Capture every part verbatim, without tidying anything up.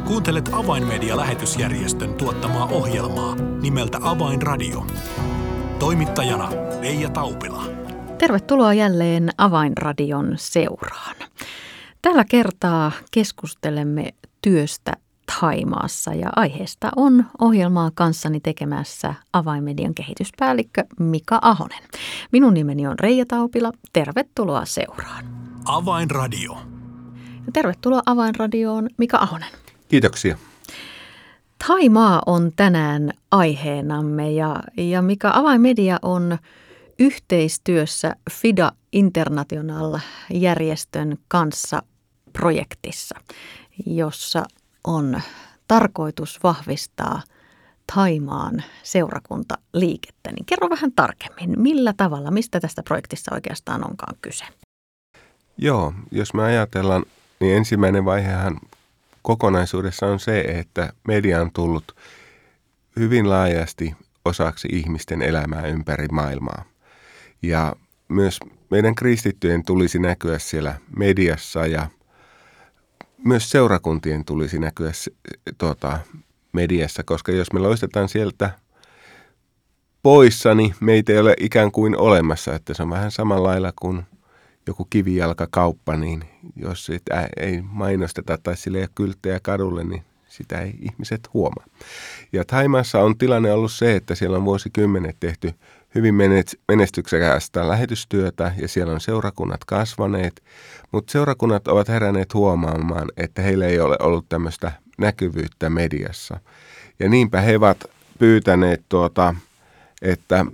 Kuuntelet Avainmedia-lähetysjärjestön tuottamaa ohjelmaa nimeltä Avainradio. Toimittajana Leija Taupila. Tervetuloa jälleen Avainradion seuraan. Tällä kertaa keskustelemme työstä Thaimaassa ja aiheesta on ohjelmaa kanssani tekemässä Avainmedian kehityspäällikkö Mika Ahonen. Minun nimeni on Leija Taupila. Tervetuloa seuraan. Avainradio. Ja tervetuloa Avainradioon Mika Ahonen. Kiitoksia. Thaimaa on tänään aiheenamme ja, ja Mika, Avainmedia on yhteistyössä FIDA International-järjestön kanssa projektissa, jossa on tarkoitus vahvistaa Thaimaan seurakuntaliikettä. Niin kerro vähän tarkemmin, millä tavalla, mistä tästä projektissa oikeastaan onkaan kyse? Joo, jos me ajatellaan, niin ensimmäinen vaihehan kokonaisuudessa on se, että media on tullut hyvin laajasti osaksi ihmisten elämää ympäri maailmaa. Ja myös meidän kristittyjen tulisi näkyä siellä mediassa ja myös seurakuntien tulisi näkyä tuota, mediassa, koska jos me loistetaan sieltä poissa, niin meitä ei ole ikään kuin olemassa, että se on vähän samalla lailla kuin joku kivijalkakauppa, niin jos sitä ei mainosteta tai sille ei ole kylttejä kadulle, niin sitä ei ihmiset huomaa. Ja Thaimaassa on tilanne ollut se, että siellä on vuosikymmenet tehty hyvin menestyksekästä lähetystyötä ja siellä on seurakunnat kasvaneet, mutta seurakunnat ovat heränneet huomaamaan, että heillä ei ole ollut tämmöistä näkyvyyttä mediassa. Ja niinpä he ovat pyytäneet, tuota, että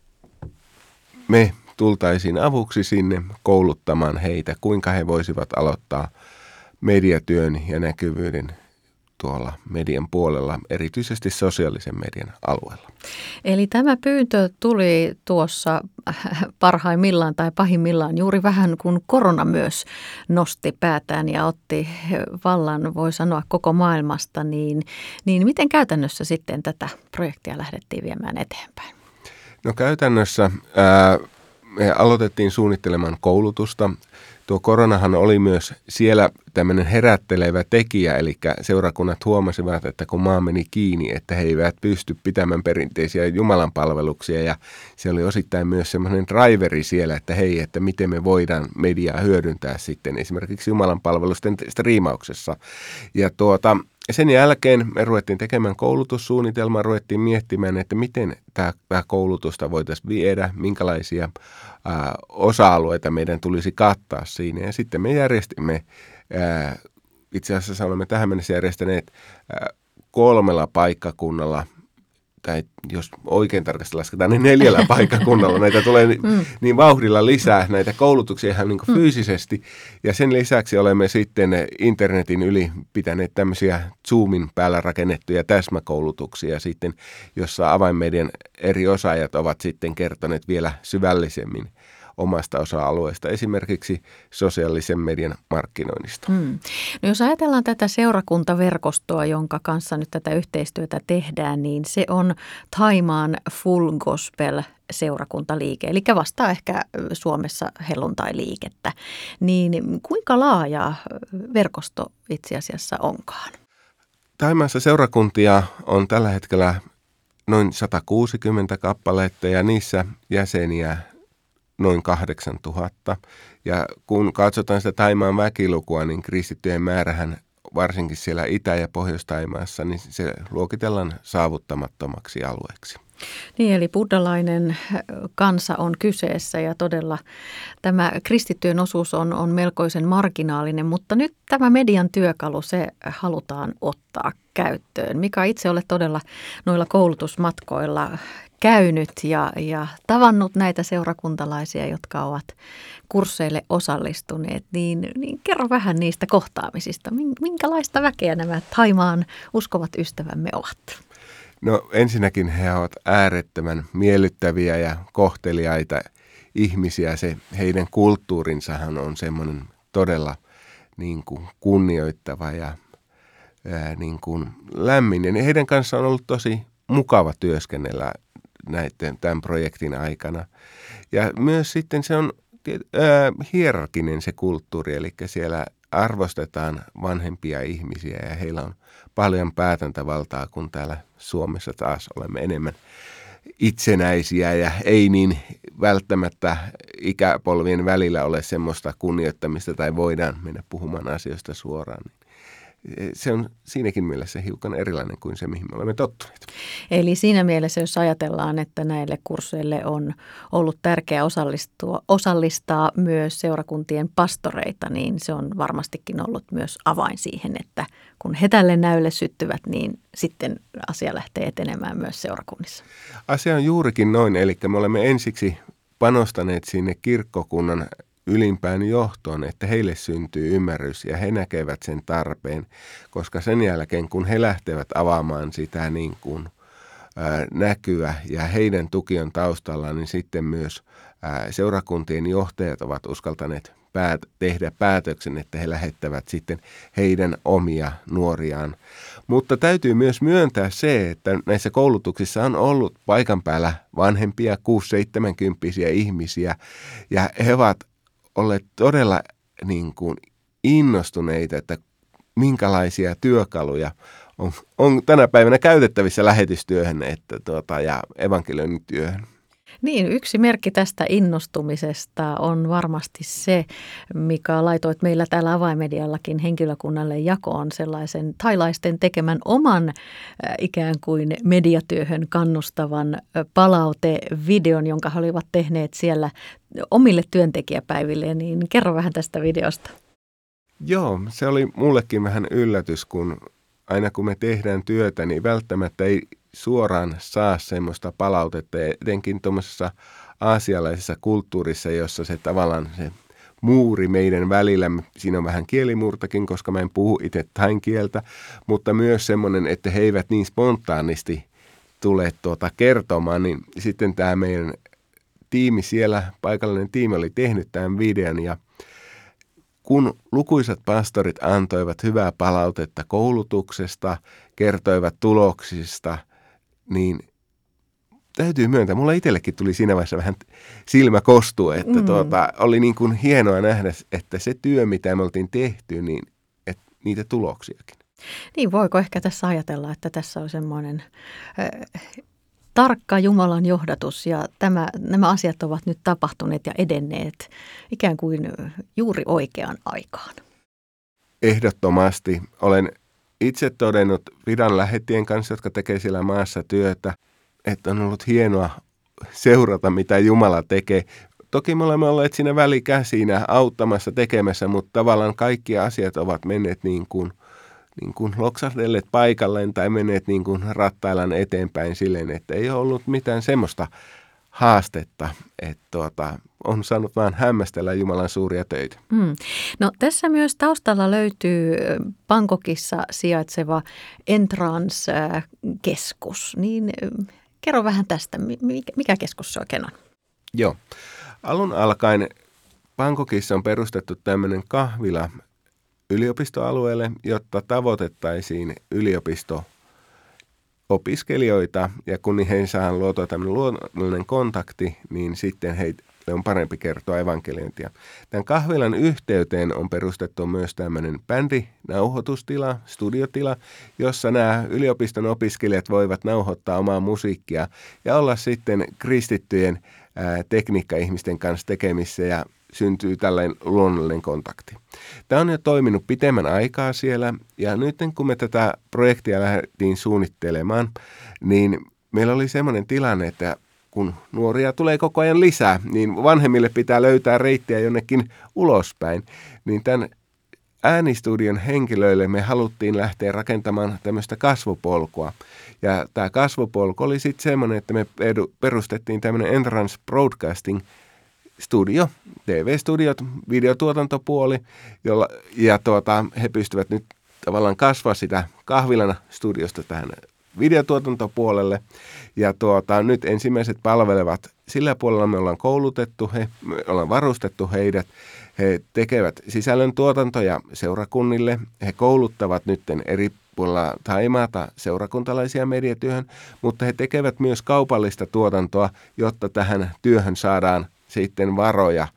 me tultaisiin avuksi sinne kouluttamaan heitä, kuinka he voisivat aloittaa mediatyön ja näkyvyyden tuolla median puolella, erityisesti sosiaalisen median alueella. Eli tämä pyyntö tuli tuossa parhaimmillaan tai pahimmillaan juuri vähän kun korona myös nosti päätään ja otti vallan, voi sanoa, koko maailmasta, niin, niin miten käytännössä sitten tätä projektia lähdettiin viemään eteenpäin? No käytännössä ää, me aloitettiin suunnittelemaan koulutusta. Tuo koronahan oli myös siellä tämmöinen herättelevä tekijä, eli seurakunnat huomasivat, että kun maa meni kiinni, että he eivät pysty pitämään perinteisiä jumalanpalveluksia, ja se oli osittain myös semmoinen driveri siellä, että hei, että miten me voidaan mediaa hyödyntää sitten esimerkiksi jumalanpalvelusten striimauksessa. Ja tuota, sen jälkeen me ruvettiin tekemään koulutussuunnitelmaa, ruvettiin miettimään, että miten tämä, tämä koulutusta voitaisiin viedä, minkälaisia ää, osa-alueita meidän tulisi kattaa siinä. Ja sitten me järjestimme, ää, itse asiassa olemme tähän mennessä järjestäneet ää, kolmella paikkakunnalla, tai jos oikein tarkasti lasketaan, niin neljällä paikkakunnalla. Näitä tulee niin, mm. niin vauhdilla lisää, näitä koulutuksia ihan niin kuin mm. fyysisesti. Ja sen lisäksi olemme sitten internetin yli pitäneet tämmöisiä Zoomin päällä rakennettuja täsmäkoulutuksia sitten, jossa Avainmedian eri osaajat ovat sitten kertoneet vielä syvällisemmin omasta osa-alueesta, esimerkiksi sosiaalisen median markkinoinnista. Hmm. No jos ajatellaan tätä seurakuntaverkostoa, jonka kanssa nyt tätä yhteistyötä tehdään, niin se on Thaimaan Full Gospel-seurakuntaliike, eli vastaa ehkä Suomessa helluntai-liikettä. Niin kuinka laaja verkosto itse asiassa onkaan? Thaimaassa seurakuntia on tällä hetkellä noin sata kuusikymmentä kappaletta ja niissä jäseniä noin kahdeksantuhatta. Ja kun katsotaan sitä Thaimaan väkilukua, niin kristittyjen määrähän varsinkin siellä Itä- ja Pohjois-Thaimaassa, niin se luokitellaan saavuttamattomaksi alueeksi. Niin, eli buddhalainen kansa on kyseessä ja todella tämä kristittyjen osuus on, on melkoisen marginaalinen, mutta nyt tämä median työkalu, se halutaan ottaa käyttöön. Mika, itse olet todella noilla koulutusmatkoilla käynyt ja, ja tavannut näitä seurakuntalaisia, jotka ovat kursseille osallistuneet, niin, niin kerro vähän niistä kohtaamisista. Minkälaista väkeä nämä Thaimaan uskovat ystävämme ovat? No ensinnäkin he ovat äärettömän miellyttäviä ja kohteliaita ihmisiä. Se heidän kulttuurinsahan on semmoinen todella niin kuin kunnioittava ja ää, niin kuin lämmin. Ja heidän kanssaan on ollut tosi mukava työskennellä näiden, tämän projektin aikana. Ja myös sitten se on ää, hierarkinen se kulttuuri, eli siellä arvostetaan vanhempia ihmisiä ja heillä on paljon päätäntävaltaa, kun täällä Suomessa taas olemme enemmän itsenäisiä ja ei niin välttämättä ikäpolvien välillä ole semmoista kunnioittamista tai voidaan mennä puhumaan asioista suoraan. Se on siinäkin mielessä hiukan erilainen kuin se, mihin me olemme tottuneet. Eli siinä mielessä, jos ajatellaan, että näille kursseille on ollut tärkeää osallistua, osallistaa myös seurakuntien pastoreita, niin se on varmastikin ollut myös avain siihen, että kun he tälle näylle syttyvät, niin sitten asia lähtee etenemään myös seurakunnissa. Asia on juurikin noin, eli me olemme ensiksi panostaneet sinne kirkkokunnan ylimpään johtoon, että heille syntyy ymmärrys ja he näkevät sen tarpeen, koska sen jälkeen kun he lähtevät avaamaan sitä niin kuin ää, näkyä ja heidän tuki on taustalla, niin sitten myös ää, seurakuntien johtajat ovat uskaltaneet päät- tehdä päätöksen, että he lähettävät sitten heidän omia nuoriaan. Mutta täytyy myös myöntää se, että näissä koulutuksissa on ollut paikan päällä vanhempia, kuusi-seitsemänkymppisiä ihmisiä ja he ovat olleet todella niin kuin innostuneita, että minkälaisia työkaluja on, on tänä päivänä käytettävissä lähetystyöhön että tuota, ja evankeliointityöhön. Niin, yksi merkki tästä innostumisesta on varmasti se, mikä laitoit meillä täällä Avainmediallakin henkilökunnalle jakoon sellaisen thailaisten tekemän oman äh, ikään kuin mediatyöhön kannustavan äh, palautevideon, jonka he olivat tehneet siellä omille työntekijäpäiville. Niin kerro vähän tästä videosta. Joo, se oli mullekin vähän yllätys, kun aina kun me tehdään työtä, niin välttämättä ei suoraan saa semmoista palautetta, etenkin tuommoisessa aasialaisessa kulttuurissa, jossa se tavallaan se muuri meidän välillä, siinä on vähän kielimuurtakin, koska mä en puhu itse thain kieltä, mutta myös semmoinen, että he eivät niin spontaanisti tule tuota kertomaan, niin sitten tämä meidän tiimi siellä, paikallinen tiimi oli tehnyt tämän videon ja kun lukuisat pastorit antoivat hyvää palautetta koulutuksesta, kertoivat tuloksista, niin täytyy myöntää, mulla itsellekin tuli siinä vaiheessa vähän silmä kostua, että mm. tuota, oli niin kuin hienoa nähdä, että se työ, mitä me oltiin tehty, niin että niitä tuloksiakin. Niin, voiko ehkä tässä ajatella, että tässä on semmoinen äh, tarkka Jumalan johdatus ja tämä, nämä asiat ovat nyt tapahtuneet ja edenneet ikään kuin juuri oikeaan aikaan. Ehdottomasti. Olen itse todennut vidan lähettien kanssa, jotka tekee siellä maassa työtä, että on ollut hienoa seurata, mitä Jumala tekee. Toki me olemme olleet siinä välikäsinä auttamassa, tekemässä, mutta tavallaan kaikki asiat ovat menneet niin kuin, niin kuin loksahdelleet paikalleen tai menneet niin kuin rattaillaan eteenpäin silleen, että ei ole ollut mitään semmoista haastetta, että tuota, on saanut vaan hämmästellä Jumalan suuria töitä. Mm. No tässä myös taustalla löytyy Bangkokissa sijaitseva Entrance-keskus, niin kerro vähän tästä, mikä keskus se oikein on? Joo, alun alkaen Bangkokissa on perustettu tämmöinen kahvila yliopistoalueelle, jotta tavoitettaisiin yliopisto-opiskelijoita ja kun heihin saadaan luotua tämmöinen luonnollinen kontakti, niin sitten heille on parempi kertoa evankeliointia. Tämän kahvilan yhteyteen on perustettu myös tämmöinen bändinauhoitustila, studiotila, jossa nämä yliopiston opiskelijat voivat nauhoittaa omaa musiikkia ja olla sitten kristittyjen ää, tekniikka-ihmisten kanssa tekemissä ja syntyy tällainen luonnollinen kontakti. Tämä on jo toiminut pitemmän aikaa siellä ja nyt kun me tätä projektia lähdettiin suunnittelemaan, niin meillä oli semmoinen tilanne, että kun nuoria tulee koko ajan lisää, niin vanhemmille pitää löytää reittiä jonnekin ulospäin. Niin tämän äänistudion henkilöille me haluttiin lähteä rakentamaan tämmöistä kasvupolkua. Ja tämä kasvupolku oli sitten semmoinen, että me perustettiin tämmöinen Entrance Broadcasting studio, T V-studiot, videotuotantopuoli, jolla, ja tuota, he pystyvät nyt tavallaan kasvaa sitä kahvilana studiosta tähän videotuotantopuolelle. Ja tuota, nyt ensimmäiset palvelevat sillä puolella me ollaan koulutettu, he, me ollaan varustettu heidät. He tekevät sisällön tuotantoja seurakunnille. He kouluttavat nyt eri puolella Thaimaata seurakuntalaisia mediatyöhön, mutta he tekevät myös kaupallista tuotantoa, jotta tähän työhön saadaan sitten varoja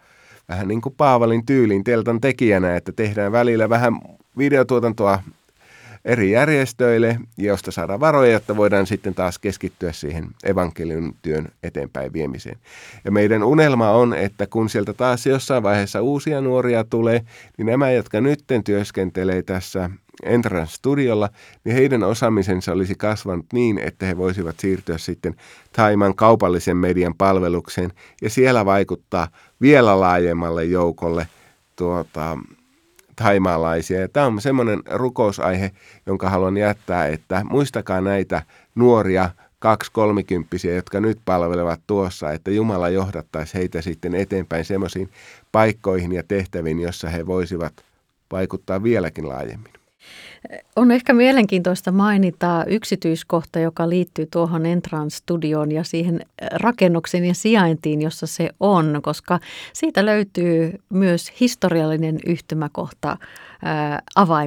vähän niin kuin Paavalin tyylin teltan tekijänä, että tehdään välillä vähän videotuotantoa eri järjestöille, josta saadaan varoja, jotta voidaan sitten taas keskittyä siihen evankeliumin työn eteenpäin viemiseen. Ja meidän unelma on, että kun sieltä taas jossain vaiheessa uusia nuoria tulee, niin nämä, jotka nytten työskentelee tässä Entrance Studiolla, niin heidän osaamisensa olisi kasvanut niin, että he voisivat siirtyä sitten Thaimaan kaupallisen median palvelukseen ja siellä vaikuttaa vielä laajemmalle joukolle tuota, thaimaalaisia. Ja tämä on semmoinen rukousaihe, jonka haluan jättää, että muistakaa näitä nuoria kaksi-kolmikymppisiä, jotka nyt palvelevat tuossa, että Jumala johdattaisi heitä sitten eteenpäin semmoisiin paikkoihin ja tehtäviin, jossa he voisivat vaikuttaa vieläkin laajemmin. On ehkä mielenkiintoista mainita yksityiskohta, joka liittyy tuohon Entrance Studioon ja siihen rakennuksen ja sijaintiin, jossa se on, koska siitä löytyy myös historiallinen yhtymäkohta ää,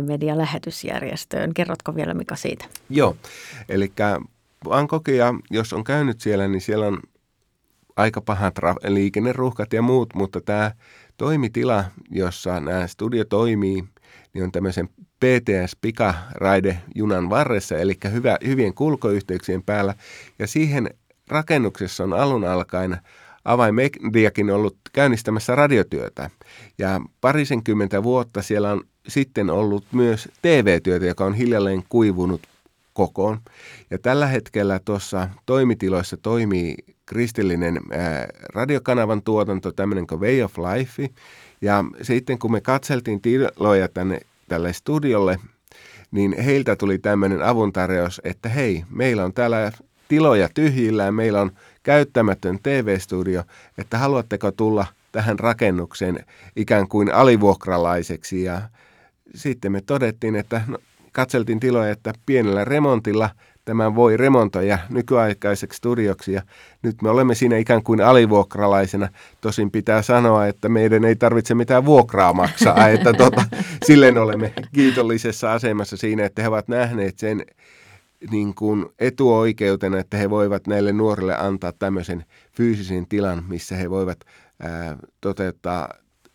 Avainmedia-lähetysjärjestöön. Kerrotko vielä, Mika, siitä? Joo, eli Bangkokia, jos on käynyt siellä, niin siellä on aika pahat liikenneruuhkat ja muut, mutta tämä toimitila, jossa nämä studio toimii, niin on tämmöisen P T S-pikaraide junan varressa, eli hyvä, hyvien kulkoyhteyksien päällä. Ja siihen rakennuksessa on alun alkaen Avainmediakin ollut käynnistämässä radiotyötä. Ja parisenkymmentä vuotta siellä on sitten ollut myös T V-työtä, joka on hiljalleen kuivunut kokoon. Ja tällä hetkellä tuossa toimitiloissa toimii kristillinen ää, radiokanavan tuotanto, tämmöinen kuin Way of Life. Ja sitten kun me katseltiin tiloja tänne tälle studiolle, niin heiltä tuli tämmöinen avuntarjous, että hei, meillä on täällä tiloja tyhjillään, meillä on käyttämätön T V-studio, että haluatteko tulla tähän rakennukseen ikään kuin alivuokralaiseksi. Ja sitten me todettiin, että no, katseltiin tiloja, että pienellä remontilla tämän voi remontoida nykyaikaiseksi studioksi ja nyt me olemme siinä ikään kuin alivuokralaisena. Tosin pitää sanoa, että meidän ei tarvitse mitään vuokraa maksaa, että tota, silleen olemme kiitollisessa asemassa siinä, että he ovat nähneet sen niin kuin etuoikeutena, että he voivat näille nuorille antaa tämmöisen fyysisen tilan, missä he voivat ää, toteuttaa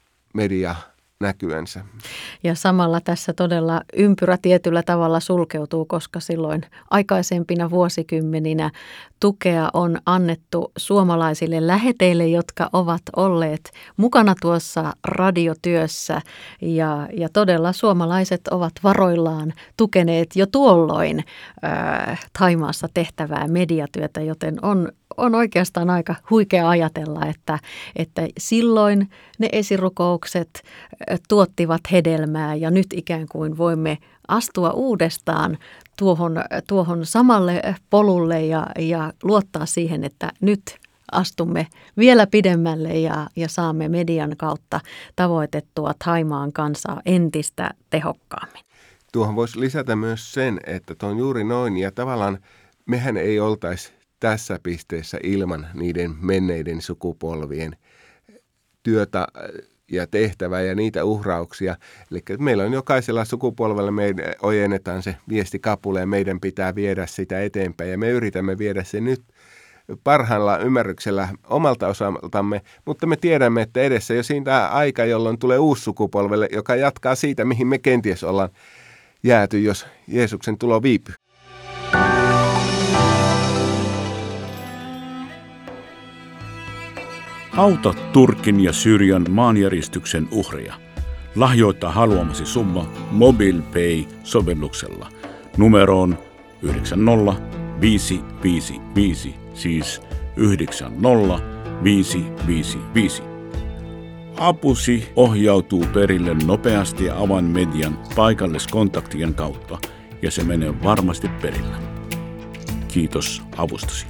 media näkyänsä. Ja samalla tässä todella ympyrä tietyllä tavalla sulkeutuu, koska silloin aikaisempina vuosikymmeninä tukea on annettu suomalaisille läheteille, jotka ovat olleet mukana tuossa radiotyössä. Ja, ja todella suomalaiset ovat varoillaan tukeneet jo tuolloin ää, Thaimaassa tehtävää mediatyötä, joten on On oikeastaan aika huikea ajatella, että, että silloin ne esirukoukset tuottivat hedelmää ja nyt ikään kuin voimme astua uudestaan tuohon, tuohon samalle polulle ja, ja luottaa siihen, että nyt astumme vielä pidemmälle ja, ja saamme median kautta tavoitettua Thaimaan kansaa entistä tehokkaammin. Tuohon voisi lisätä myös sen, että tuo on juuri noin ja tavallaan mehän ei oltaisi tässä pisteessä ilman niiden menneiden sukupolvien työtä ja tehtävää ja niitä uhrauksia. Eli meillä on jokaisella sukupolvella, me ojennetaan se viestikapula ja meidän pitää viedä sitä eteenpäin. Ja me yritämme viedä se nyt parhaalla ymmärryksellä omalta osaltamme, mutta me tiedämme, että edessä jo siitä aika, jolloin tulee uusi sukupolvelle, joka jatkaa siitä, mihin me kenties ollaan jääty, jos Jeesuksen tulo viipyy. Auta Turkin ja Syyrian maanjäristyksen uhria. Lahjoita haluamasi summa MobilePay-sovelluksella numeroon yhdeksän nolla viisi viisi viisi, siis yhdeksän nolla viisi viisi viisi. Apusi ohjautuu perille nopeasti Avainmedian paikalliskontaktien kautta ja se menee varmasti perille. Kiitos avustasi.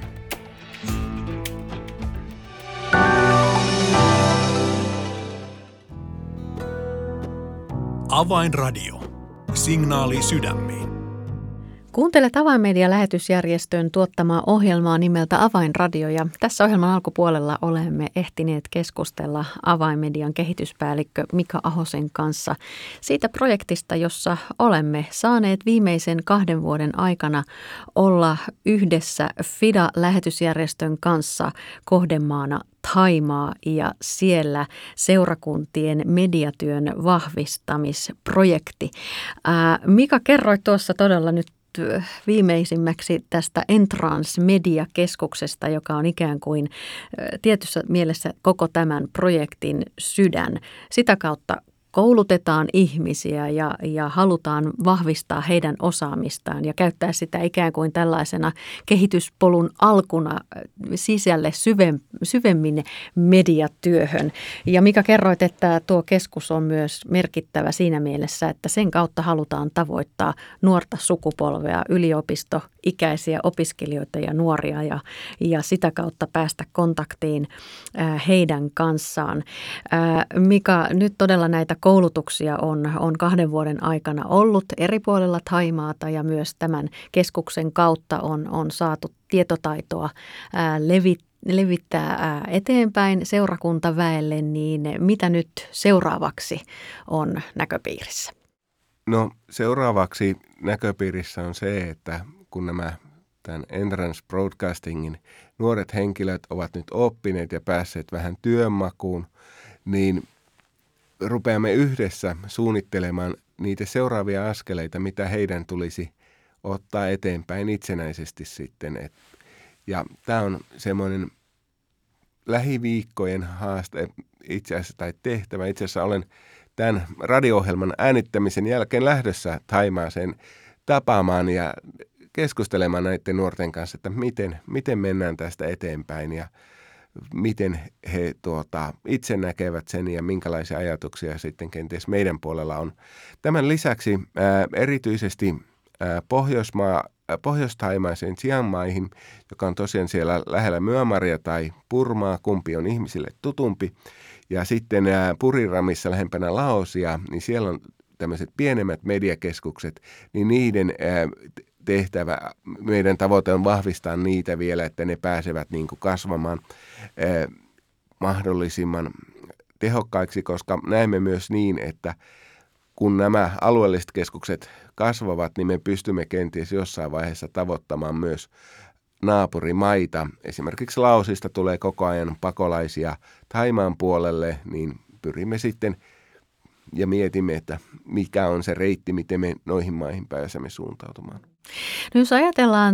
Avainradio. Signaali sydämiin. Kuuntelet Avainmedia-lähetysjärjestön tuottamaa ohjelmaa nimeltä Avainradio ja tässä ohjelman alkupuolella olemme ehtineet keskustella Avainmedian kehityspäällikkö Mika Ahosen kanssa siitä projektista, jossa olemme saaneet viimeisen kahden vuoden aikana olla yhdessä F I D A-lähetysjärjestön kanssa kohdemaana Thaimaa ja siellä seurakuntien mediatyön vahvistamisprojekti. Ää, Mika, kerroit tuossa todella nyt viimeisimmäksi tästä Entrance Media-keskuksesta, joka on ikään kuin tietyssä mielessä koko tämän projektin sydän. Sitä kautta koulutetaan ihmisiä ja, ja halutaan vahvistaa heidän osaamistaan ja käyttää sitä ikään kuin tällaisena kehityspolun alkuna sisälle syvem, syvemmin mediatyöhön. Ja Mika, kerroit, että tuo keskus on myös merkittävä siinä mielessä, että sen kautta halutaan tavoittaa nuorta sukupolvea, yliopistoikäisiä opiskelijoita ja nuoria ja, ja sitä kautta päästä kontaktiin ää, heidän kanssaan. Ää, Mika, nyt todella näitä koulutuksia on, on kahden vuoden aikana ollut eri puolella Thaimaata ja myös tämän keskuksen kautta on, on saatu tietotaitoa ää, levit, levittää ää, eteenpäin seurakuntaväelle, niin mitä nyt seuraavaksi on näköpiirissä? No seuraavaksi näköpiirissä on se, että kun nämä tämän Entrance Broadcastingin nuoret henkilöt ovat nyt oppineet ja päässeet vähän työnmakuun, niin rupeamme yhdessä suunnittelemaan niitä seuraavia askeleita, mitä heidän tulisi ottaa eteenpäin itsenäisesti sitten. Et, ja tämä on semmoinen lähiviikkojen haaste itse asiassa tai tehtävä. Itse asiassa olen tämän radio-ohjelman äänittämisen jälkeen lähdössä Thaimaaseen tapaamaan ja keskustelemaan näiden nuorten kanssa, että miten, miten mennään tästä eteenpäin ja miten he tuota, itse näkevät sen ja minkälaisia ajatuksia sitten kenties meidän puolella on. Tämän lisäksi ää, erityisesti ää, Pohjoismaa, ää, Pohjois-Thaimaiseen Chiang Maihin, joka on tosiaan siellä lähellä Myanmaria tai Burmaa, kumpi on ihmisille tutumpi. Ja sitten ää, Buriramissa lähempänä Laosia, niin siellä on tämmöiset pienemmät mediakeskukset, niin niiden ää, tehtävä, meidän tavoite on vahvistaa niitä vielä, että ne pääsevät niin kuin kasvamaan eh, mahdollisimman tehokkaiksi, koska näemme myös niin, että kun nämä alueelliset keskukset kasvavat, niin me pystymme kenties jossain vaiheessa tavoittamaan myös naapurimaita. Esimerkiksi Laosista tulee koko ajan pakolaisia Thaimaan puolelle, niin pyrimme sitten ja mietimme, että mikä on se reitti, miten me noihin maihin pääsemme suuntautumaan. No jos ajatellaan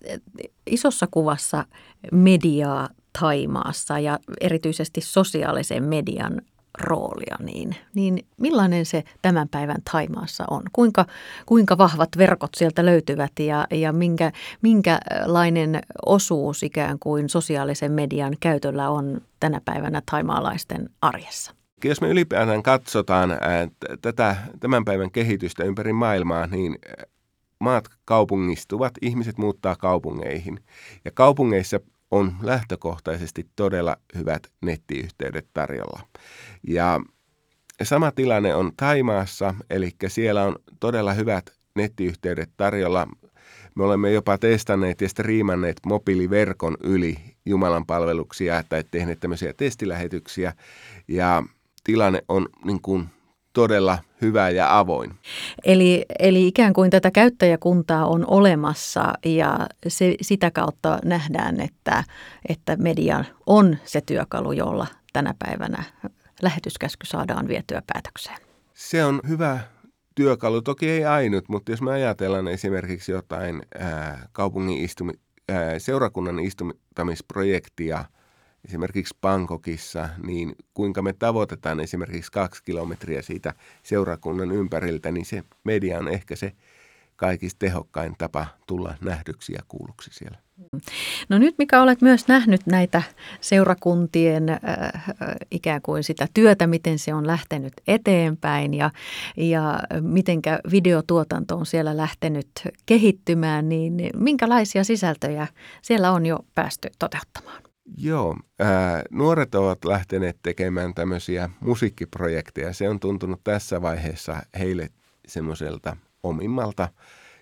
isossa kuvassa mediaa Thaimaassa ja erityisesti sosiaalisen median roolia, niin, niin millainen se tämän päivän Thaimaassa on? Kuinka, kuinka vahvat verkot sieltä löytyvät ja, ja minkä, minkälainen osuus ikään kuin sosiaalisen median käytöllä on tänä päivänä thaimaalaisten arjessa? Jos me ylipäätään katsotaan ää, t- tätä tämän päivän kehitystä ympäri maailmaa, niin maat kaupungistuvat, ihmiset muuttaa kaupungeihin. Ja kaupungeissa on lähtökohtaisesti todella hyvät nettiyhteydet tarjolla. Ja sama tilanne on Thaimaassa, eli siellä on todella hyvät nettiyhteydet tarjolla. Me olemme jopa testanneet ja striimanneet mobiiliverkon yli Jumalan palveluksia tai tehneet tämmöisiä testilähetyksiä. Ja tilanne on niin kuin todella hyvä ja avoin. Eli, eli ikään kuin tätä käyttäjäkuntaa on olemassa ja se, sitä kautta nähdään, että, että media on se työkalu, jolla tänä päivänä lähetyskäsky saadaan vietyä päätökseen. Se on hyvä työkalu, toki ei ainut, mutta jos me ajatellaan esimerkiksi jotain ää, kaupungin istumi, ää, seurakunnan istuttamisprojektia, esimerkiksi Bangkokissa, niin kuinka me tavoitetaan esimerkiksi kaksi kilometriä siitä seurakunnan ympäriltä, niin se media on ehkä se kaikista tehokkain tapa tulla nähdyksi ja kuulluksi siellä. No nyt, Mika, olet myös nähnyt näitä seurakuntien äh, ikään kuin sitä työtä, miten se on lähtenyt eteenpäin ja, ja mitenkä videotuotanto on siellä lähtenyt kehittymään, niin minkälaisia sisältöjä siellä on jo päästy toteuttamaan? Joo, ää, nuoret ovat lähteneet tekemään tämmöisiä musiikkiprojekteja. Se on tuntunut tässä vaiheessa heille semmoiselta omimmalta.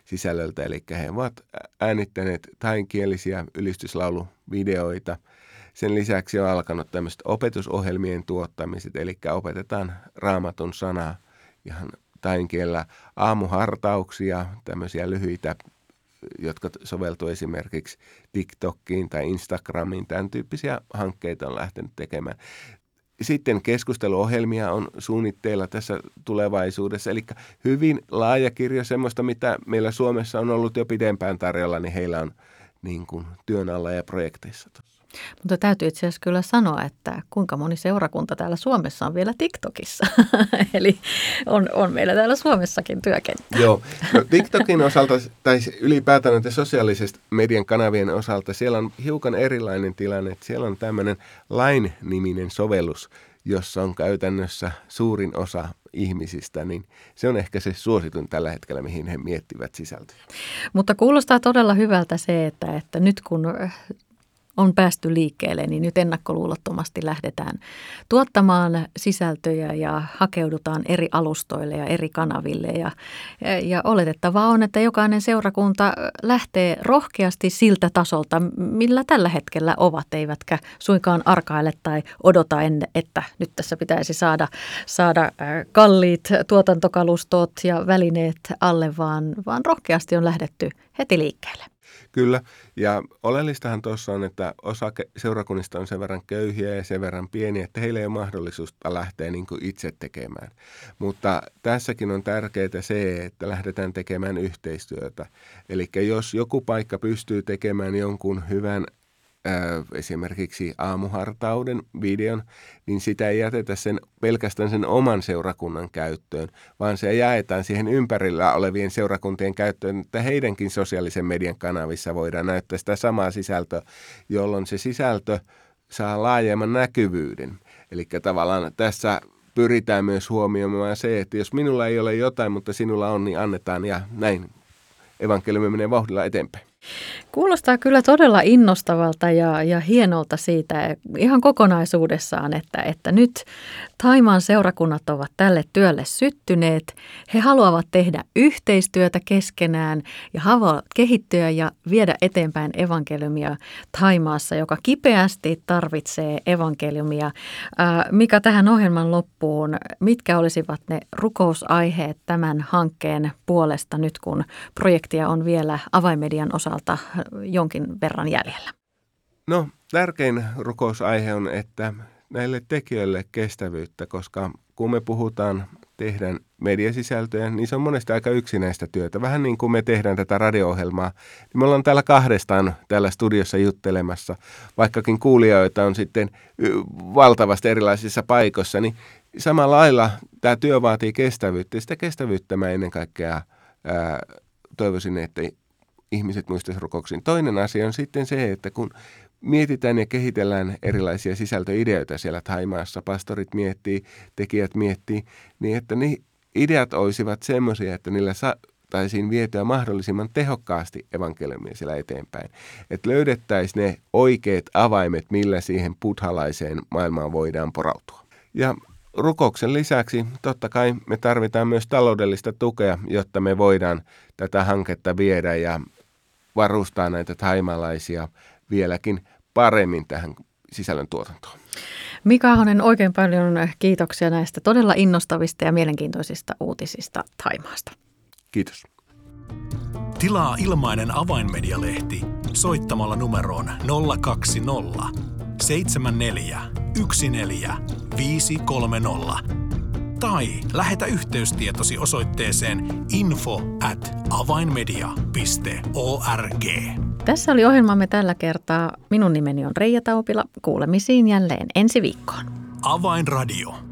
sisällöltä. Eli he ovat äänittäneet thainkielisiä ylistyslauluvideoita. Sen lisäksi on alkanut tämmöiset opetusohjelmien tuottamiset, eli opetetaan raamatun sanaa ihan thainkielellä, aamuhartauksia, tämmöisiä lyhyitä, jotka soveltuu esimerkiksi TikTokiin tai Instagramiin. Tämän tyyppisiä hankkeita on lähtenyt tekemään. Sitten keskusteluohjelmia on suunnitteilla tässä tulevaisuudessa, eli hyvin laaja kirjo, semmoista mitä meillä Suomessa on ollut jo pidempään tarjolla, niin heillä on niin kuin työn alla ja projekteissa. Mutta täytyy itse asiassa kyllä sanoa, että kuinka moni seurakunta täällä Suomessa on vielä TikTokissa. Eli on, on meillä täällä Suomessakin työkenttä. Joo, no TikTokin osalta tai ylipäätään näiden sosiaalisen median kanavien osalta siellä on hiukan erilainen tilanne. Että siellä on tämmöinen Line-niminen sovellus, jossa on käytännössä suurin osa ihmisistä, niin se on ehkä se suosituin tällä hetkellä, mihin he miettivät sisältöjä. Mutta kuulostaa todella hyvältä se, että, että nyt kun on päästy liikkeelle, niin nyt ennakkoluulottomasti lähdetään tuottamaan sisältöjä ja hakeudutaan eri alustoille ja eri kanaville. Ja, ja oletettavaa on, että jokainen seurakunta lähtee rohkeasti siltä tasolta, millä tällä hetkellä ovat, eivätkä suinkaan arkaile tai odota, että nyt tässä pitäisi saada, saada kalliit tuotantokalustot ja välineet alle, vaan, vaan rohkeasti on lähdetty heti liikkeelle. Kyllä, ja oleellistahan tuossa on, että osa seurakunnista on sen verran köyhiä ja sen verran pieniä, että heillä ei ole mahdollisuutta lähteä niin kuin itse tekemään. Mutta tässäkin on tärkeää se, että lähdetään tekemään yhteistyötä. Eli jos joku paikka pystyy tekemään jonkun hyvän ää, esimerkiksi aamuhartauden videon, niin sitä ei jätetä sen, pelkästään sen oman seurakunnan käyttöön, vaan se jaetaan siihen ympärillä olevien seurakuntien käyttöön, että heidänkin sosiaalisen median kanavissa voidaan näyttää sitä samaa sisältöä, jolloin se sisältö saa laajemman näkyvyyden. Eli tavallaan tässä pyritään myös huomioimaan se, että jos minulla ei ole jotain, mutta sinulla on, niin annetaan ja näin evankeliumi menee vauhdilla eteenpäin. Kuulostaa kyllä todella innostavalta ja, ja hienolta siitä ihan kokonaisuudessaan, että, että nyt Thaimaan seurakunnat ovat tälle työlle syttyneet. He haluavat tehdä yhteistyötä keskenään ja haluavat kehittyä ja viedä eteenpäin evankeliumia Thaimaassa, joka kipeästi tarvitsee evankeliumia. Ää, mikä tähän ohjelman loppuun, mitkä olisivat ne rukousaiheet tämän hankkeen puolesta nyt, kun projektia on vielä avainmedian osalta jonkin verran jäljellä? No, tärkein rukousaihe on, että näille tekijöille kestävyyttä, koska kun me puhutaan, tehdään mediasisältöjä, niin se on monesti aika yksinäistä työtä. Vähän niin kuin me tehdään tätä radio-ohjelmaa, niin me ollaan täällä kahdestaan täällä studiossa juttelemassa, vaikkakin kuulijoita on sitten valtavasti erilaisissa paikoissa, niin samalla lailla tämä työ vaatii kestävyyttä. Ja sitä kestävyyttä mä ennen kaikkea ää, toivoisin, että ihmiset muistaisivat rukouksiin. Toinen asia on sitten se, että kun mietitään ja kehitellään erilaisia sisältöideoita siellä Thaimaassa, pastorit miettii, tekijät miettii, niin että ne ideat olisivat semmoisia, että niillä saataisiin vietyä mahdollisimman tehokkaasti evankeliumia siellä eteenpäin. Että löydettäisiin ne oikeat avaimet, millä siihen buddhalaiseen maailmaan voidaan porautua. Ja rukouksen lisäksi totta kai me tarvitaan myös taloudellista tukea, jotta me voidaan tätä hanketta viedä ja varustaa näitä thaimalaisia vieläkin paremmin tähän sisällön tuotantoon. Mika Ahonen, oikein paljon kiitoksia näistä todella innostavista ja mielenkiintoisista uutisista Thaimaasta. Kiitos. Tilaa ilmainen avainmedialehti soittamalla numeroon nolla kaksi nolla seitsemän neljä yksi neljä viisi kolme nolla tai lähetä yhteystietosi osoitteeseen info at avainmedia piste org. Tässä oli ohjelmamme tällä kertaa. Minun nimeni on Reija Taupila. Kuulemisiin jälleen ensi viikkoon. Avainradio.